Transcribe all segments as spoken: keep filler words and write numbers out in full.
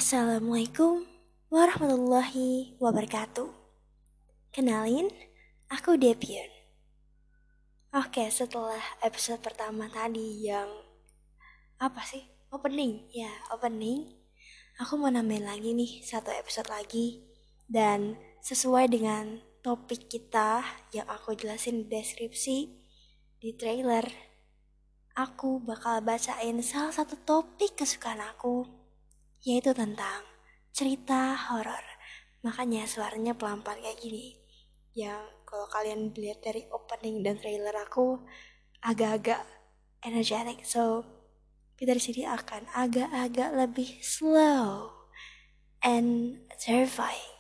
Assalamualaikum warahmatullahi wabarakatuh. Kenalin, aku Depion. Oke, setelah episode pertama tadi yang apa sih? Opening, ya opening. Aku mau nambahin lagi nih satu episode lagi. Dan sesuai dengan topik kita yang aku jelasin di deskripsi, di trailer, aku bakal bacain salah satu topik kesukaan aku, yaitu tentang cerita horor. Makanya suaranya pelan-pelan kayak gini. Yang kalau kalian lihat dari opening dan trailer aku agak-agak energetic. So, kita di sini akan agak-agak lebih slow and terrifying.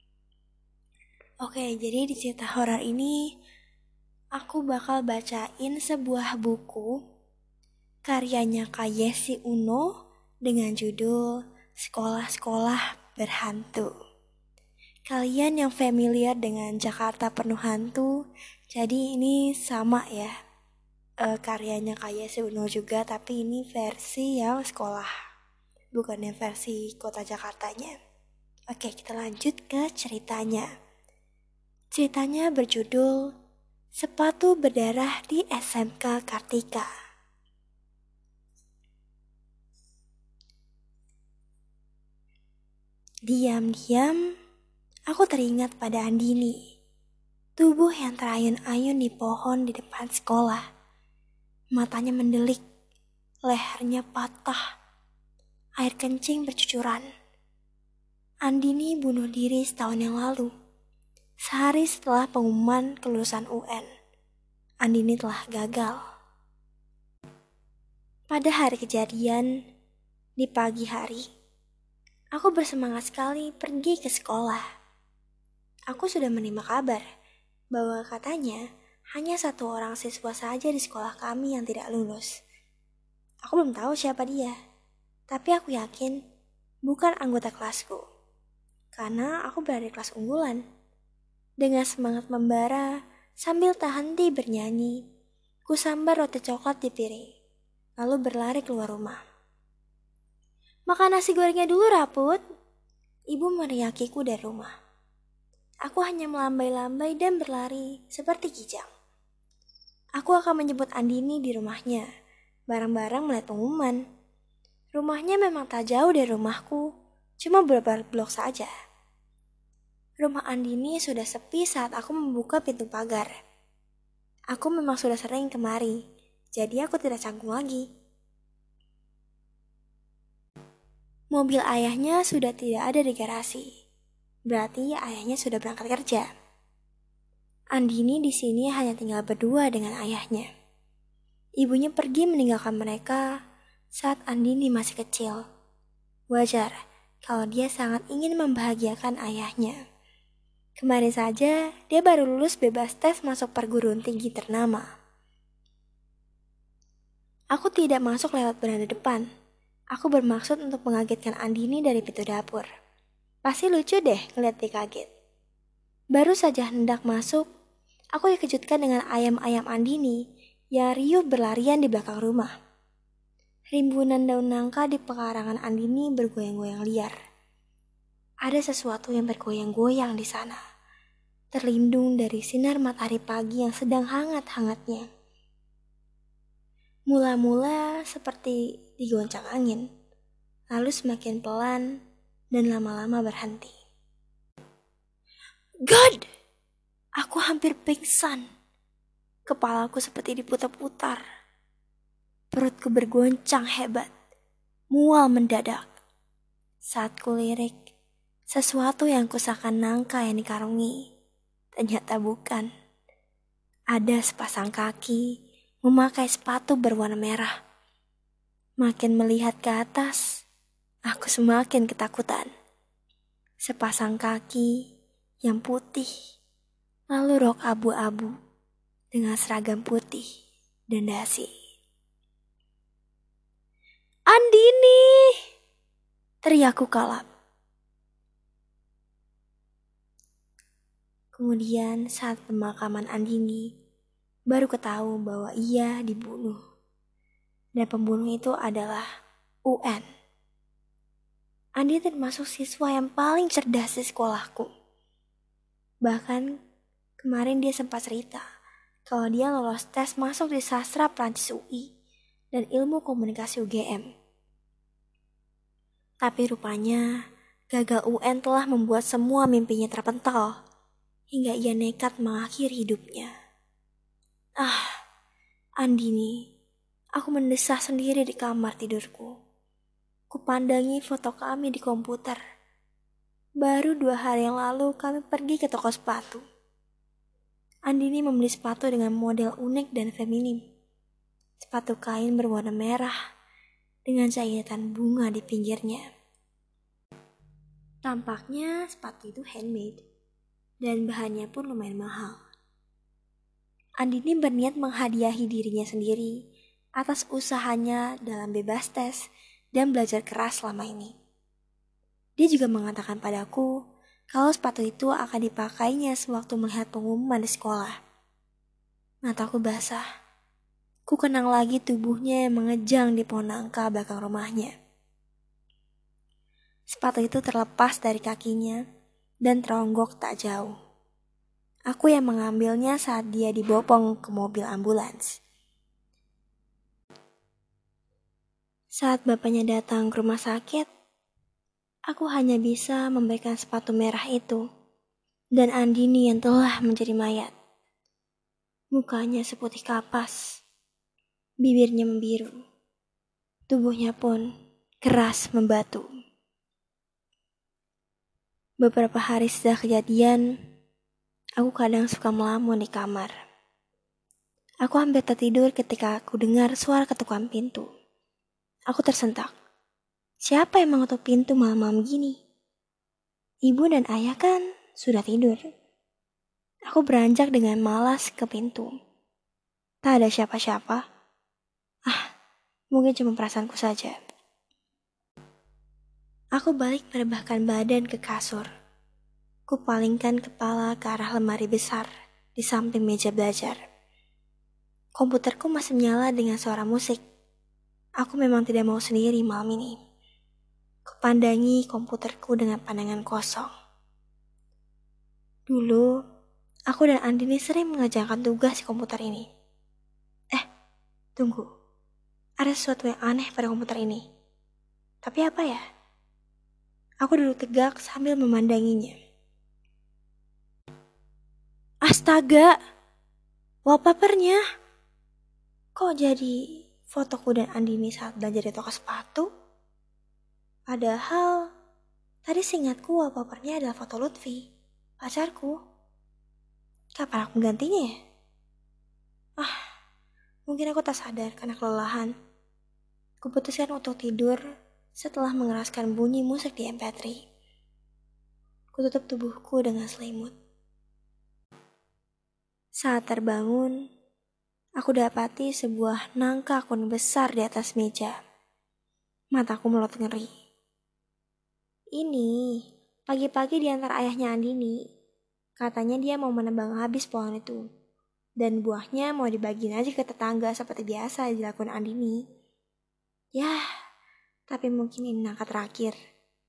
Oke, jadi di cerita horor ini aku bakal bacain sebuah buku karyanya Kak Yesi Uno dengan judul Sekolah-Sekolah Berhantu. Kalian yang familiar dengan Jakarta Penuh Hantu, jadi ini sama ya, e, karyanya Kak Yesi Uno juga, tapi ini versi yang sekolah, bukan yang versi kota Jakartanya. Oke, kita lanjut ke ceritanya. Ceritanya berjudul Sepatu Berdarah di S M K Kartika. Diam-diam, aku teringat pada Andini, tubuh yang terayun-ayun di pohon di depan sekolah. Matanya mendelik, lehernya patah, air kencing bercucuran. Andini bunuh diri setahun yang lalu, sehari setelah pengumuman kelulusan U N. Andini telah gagal. Pada hari kejadian, di pagi hari, aku bersemangat sekali pergi ke sekolah. Aku sudah menerima kabar bahwa katanya hanya satu orang siswa saja di sekolah kami yang tidak lulus. Aku belum tahu siapa dia, tapi aku yakin bukan anggota kelasku, karena aku berada di kelas unggulan. Dengan semangat membara, sambil tak henti bernyanyi, ku sambar roti coklat di piring, lalu berlari keluar rumah. Makan nasi gorengnya dulu, Raput. Ibu meneriakiku dari rumah. Aku hanya melambai-lambai dan berlari seperti kijang. Aku akan menjemput Andini di rumahnya, bareng-bareng melihat pengumuman. Rumahnya memang tak jauh dari rumahku, cuma beberapa blok saja. Rumah Andini sudah sepi saat aku membuka pintu pagar. Aku memang sudah sering kemari, jadi aku tidak canggung lagi. Mobil ayahnya sudah tidak ada di garasi. Berarti ayahnya sudah berangkat kerja. Andini di sini hanya tinggal berdua dengan ayahnya. Ibunya pergi meninggalkan mereka saat Andini masih kecil. Wajar kalau dia sangat ingin membahagiakan ayahnya. Kemarin saja dia baru lulus bebas tes masuk perguruan tinggi ternama. Aku tidak masuk lewat beranda depan. Aku bermaksud untuk mengagetkan Andini dari pintu dapur. Pasti lucu deh ngeliat dia kaget. Baru saja hendak masuk, aku dikejutkan dengan ayam-ayam Andini yang riuh berlarian di belakang rumah. Rimbunan daun nangka di pekarangan Andini bergoyang-goyang liar. Ada sesuatu yang bergoyang-goyang di sana, terlindung dari sinar matahari pagi yang sedang hangat-hangatnya. Mula-mula seperti digoncang angin, lalu semakin pelan dan lama-lama berhenti. God! Aku hampir pingsan. Kepalaku seperti diputar-putar. Perutku bergoncang hebat. Mual mendadak. Saat kulirik, sesuatu yang kusakan nangka yang dikarungi, ternyata bukan. Ada sepasang kaki memakai sepatu berwarna merah. Makin melihat ke atas, aku semakin ketakutan. Sepasang kaki yang putih, lalu rok abu-abu dengan seragam putih dan dasi. Andini! Teriakku kalap. Kemudian saat pemakaman Andini, baru ketahui bahwa ia dibunuh. Dan pembunuh itu adalah U N. Andi termasuk siswa yang paling cerdas di sekolahku. Bahkan kemarin dia sempat cerita kalau dia lolos tes masuk di sastra Prancis U I dan ilmu komunikasi U G M. Tapi rupanya gagal U N telah membuat semua mimpinya terpental hingga ia nekat mengakhiri hidupnya. Ah, Andini, aku mendesah sendiri di kamar tidurku. Kupandangi foto kami di komputer. Baru dua hari yang lalu kami pergi ke toko sepatu. Andini membeli sepatu dengan model unik dan feminim. Sepatu kain berwarna merah dengan jahitan bunga di pinggirnya. Tampaknya sepatu itu handmade dan bahannya pun lumayan mahal. Andini berniat menghadiahi dirinya sendiri atas usahanya dalam bebas tes dan belajar keras selama ini. Dia juga mengatakan padaku kalau sepatu itu akan dipakainya sewaktu melihat pengumuman di sekolah. Mataku basah. Ku kenang lagi tubuhnya yang mengejang di pohon nangka belakang rumahnya. Sepatu itu terlepas dari kakinya dan teronggok tak jauh. Aku yang mengambilnya saat dia dibopong ke mobil ambulans. Saat bapaknya datang ke rumah sakit, aku hanya bisa memberikan sepatu merah itu dan Andini yang telah menjadi mayat. Mukanya seputih kapas, bibirnya membiru, tubuhnya pun keras membatu. Beberapa hari setelah kejadian, aku kadang suka melamun di kamar. Aku hampir tertidur ketika aku dengar suara ketukan pintu. Aku tersentak. Siapa yang mengetuk pintu malam-malam gini? Ibu dan ayah kan sudah tidur. Aku beranjak dengan malas ke pintu. Tak ada siapa-siapa. Ah, mungkin cuma perasaanku saja. Aku balik merebahkan badan ke kasur. Kupalingkan kepala ke arah lemari besar di samping meja belajar. Komputerku masih menyala dengan suara musik. Aku memang tidak mau sendiri malam ini. Kupandangi komputerku dengan pandangan kosong. Dulu, aku dan Andini sering mengerjakan tugas di komputer ini. Eh, tunggu. Ada sesuatu yang aneh pada komputer ini. Tapi apa ya? Aku duduk tegak sambil memandanginya. Astaga! Wallpapernya! Kok jadi fotoku dan Andini saat belajar di toko sepatu? Padahal, tadi seingatku wallpapernya adalah foto Lutfi, pacarku. Kapan aku menggantinya ya? Ah, mungkin aku tak sadar karena kelelahan. Kuputuskan untuk tidur setelah mengeraskan bunyi musik di M P tiga. Kututup tubuhku dengan selimut. Saat terbangun, aku dapati sebuah nangka kuning besar di atas meja. Mataku melot ngeri. Ini, pagi-pagi di antara ayahnya Andini. Katanya dia mau menebang habis pohon itu. Dan buahnya mau dibagiin aja ke tetangga seperti biasa dilakukan Andini. Yah, tapi mungkin ini nangka terakhir.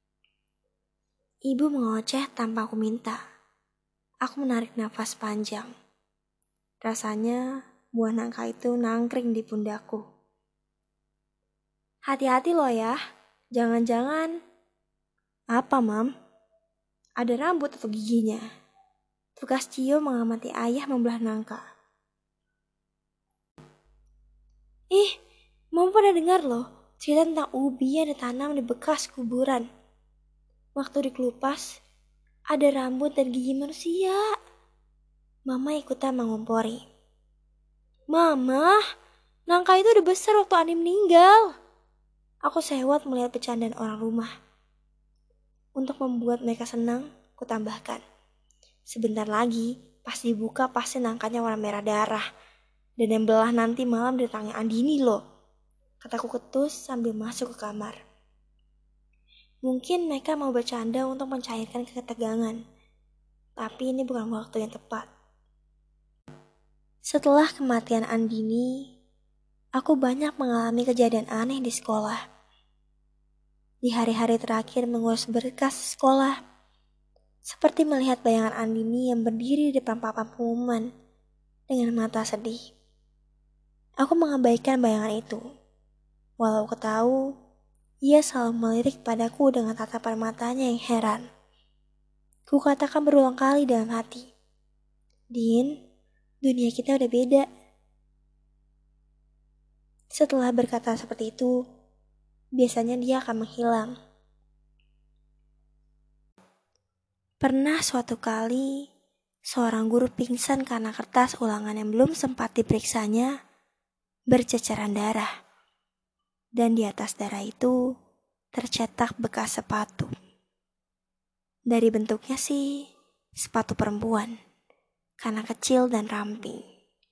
Ibu mengoceh tanpa aku minta. Aku menarik nafas panjang. Rasanya buah nangka itu nangkring di pundakku. Hati-hati loh ya, jangan-jangan... Apa, Mam? Ada rambut atau giginya? Tugas Cio mengamati ayah membelah nangka. Ih, Mam pernah dengar loh cerita tentang ubi yang ditanam di bekas kuburan. Waktu dikelupas, ada rambut dan gigi manusia. Mama ikutan mengompori. Mama, nangka itu udah besar waktu Ani meninggal. Aku sewot melihat bercandaan orang rumah. Untuk membuat mereka senang, kutambahkan. Sebentar lagi, pas dibuka pasti nangkanya warna merah darah. Dan yang belah nanti malam di tangan Andini loh. Kataku ketus sambil masuk ke kamar. Mungkin mereka mau bercanda untuk mencairkan ketegangan. Tapi ini bukan waktu yang tepat. Setelah kematian Andini, aku banyak mengalami kejadian aneh di sekolah. di hari-hari terakhir mengurus berkas sekolah. Seperti melihat bayangan Andini yang berdiri di depan papan pengumuman dengan mata sedih. Aku mengabaikan bayangan itu. Walau aku tahu, ia selalu melirik padaku dengan tatapan matanya yang heran. Ku katakan berulang kali dalam hati, Din, dunia kita udah beda. Setelah berkata seperti itu, biasanya dia akan menghilang. Pernah suatu kali, seorang guru pingsan karena kertas ulangan yang belum sempat diperiksanya berceceran darah. Dan di atas darah itu tercetak bekas sepatu. Dari bentuknya sih, sepatu perempuan, karena kecil dan ramping.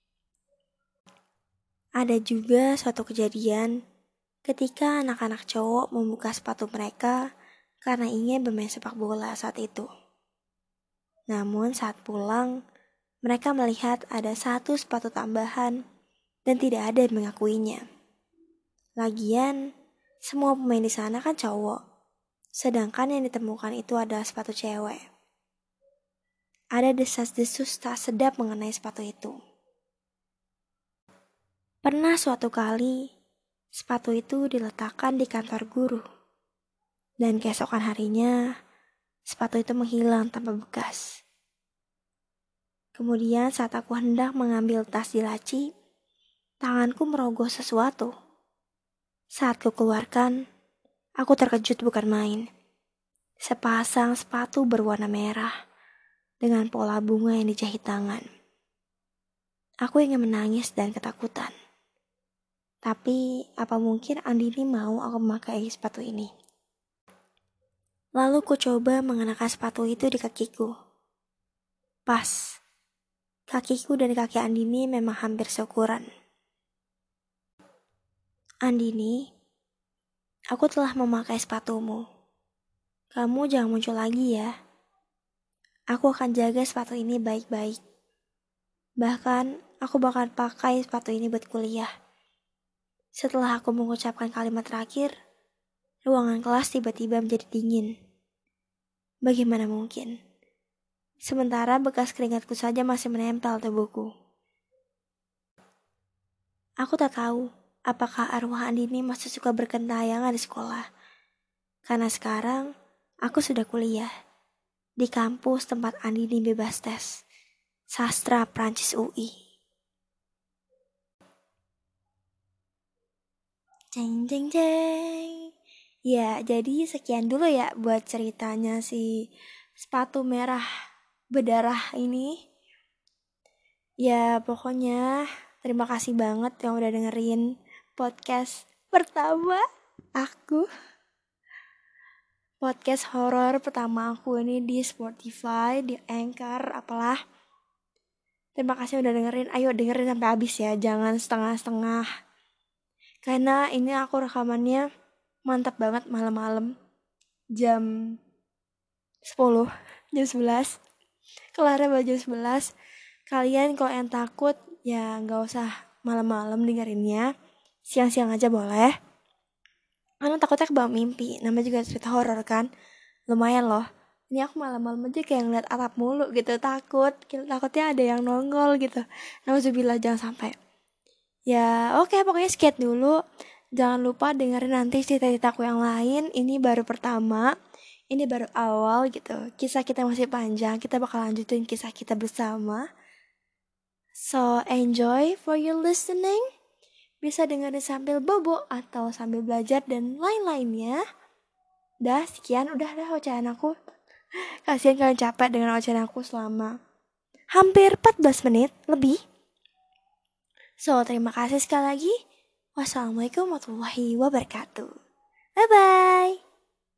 Ada juga suatu kejadian ketika anak-anak cowok membuka sepatu mereka karena ingin bermain sepak bola saat itu. Namun saat pulang, mereka melihat ada satu sepatu tambahan dan tidak ada yang mengakuinya. Lagian, semua pemain di sana kan cowok, sedangkan yang ditemukan itu adalah sepatu cewek. Ada desas-desus tak sedap mengenai sepatu itu. Pernah suatu kali, sepatu itu diletakkan di kantor guru. Dan keesokan harinya, sepatu itu menghilang tanpa bekas. Kemudian saat aku hendak mengambil tas di laci, tanganku merogoh sesuatu. Saat kukeluarkan, aku terkejut bukan main. Sepasang sepatu berwarna merah dengan pola bunga yang dijahit tangan. Aku ingin menangis dan ketakutan. Tapi apa mungkin Andini mau aku memakai sepatu ini? Lalu ku coba mengenakan sepatu itu di kakiku. Pas, kakiku dan kaki Andini memang hampir seukuran. Andini, aku telah memakai sepatumu. Kamu jangan muncul lagi ya. Aku akan jaga sepatu ini baik-baik. Bahkan, aku bakal pakai sepatu ini buat kuliah. Setelah aku mengucapkan kalimat terakhir, ruangan kelas tiba-tiba menjadi dingin. Bagaimana mungkin? Sementara bekas keringatku saja masih menempel tubuhku. Aku tak tahu apakah arwah Andini masih suka berkentayangan di sekolah. Karena sekarang aku sudah kuliah di kampus tempat Andini bebas tes, Sastra Prancis U I. Jeng jeng jeng. Ya, jadi sekian dulu ya buat ceritanya si sepatu merah berdarah ini. Ya, pokoknya terima kasih banget yang udah dengerin podcast pertama aku. Podcast horor pertama aku ini di Spotify, di Anchor, apalah. Terima kasih udah dengerin. Ayo dengerin sampai habis ya, jangan setengah-setengah. Karena ini aku rekamannya mantap banget malam-malam. Jam sepuluh, jam sebelas. Kelarnya baru jam sebelas. Kalian kalau yang takut ya gak usah malam-malam dengerinnya. Siang-siang aja boleh. Karena takutnya kebawa mimpi. Namanya juga cerita horor kan. Lumayan loh. Ini aku malam-malam aja kayak ngeliat atap mulu gitu. Takut. Takutnya ada yang nongol gitu. Nauzubillah, jangan sampai. Ya oke okay, pokoknya sekian dulu. Jangan lupa dengerin nanti cerita-ceritaku yang lain. Ini baru pertama. Ini baru awal gitu. Kisah kita masih panjang. Kita bakal lanjutin kisah kita bersama. So enjoy for your listening. Bisa dengerin sambil bobo atau sambil belajar dan lain-lainnya. Dah sekian udah dah ocehan aku. Kasian kalian capek dengan ocehan aku selama hampir empat belas menit lebih. So terima kasih sekali lagi. Wassalamualaikum warahmatullahi wabarakatuh. Bye bye.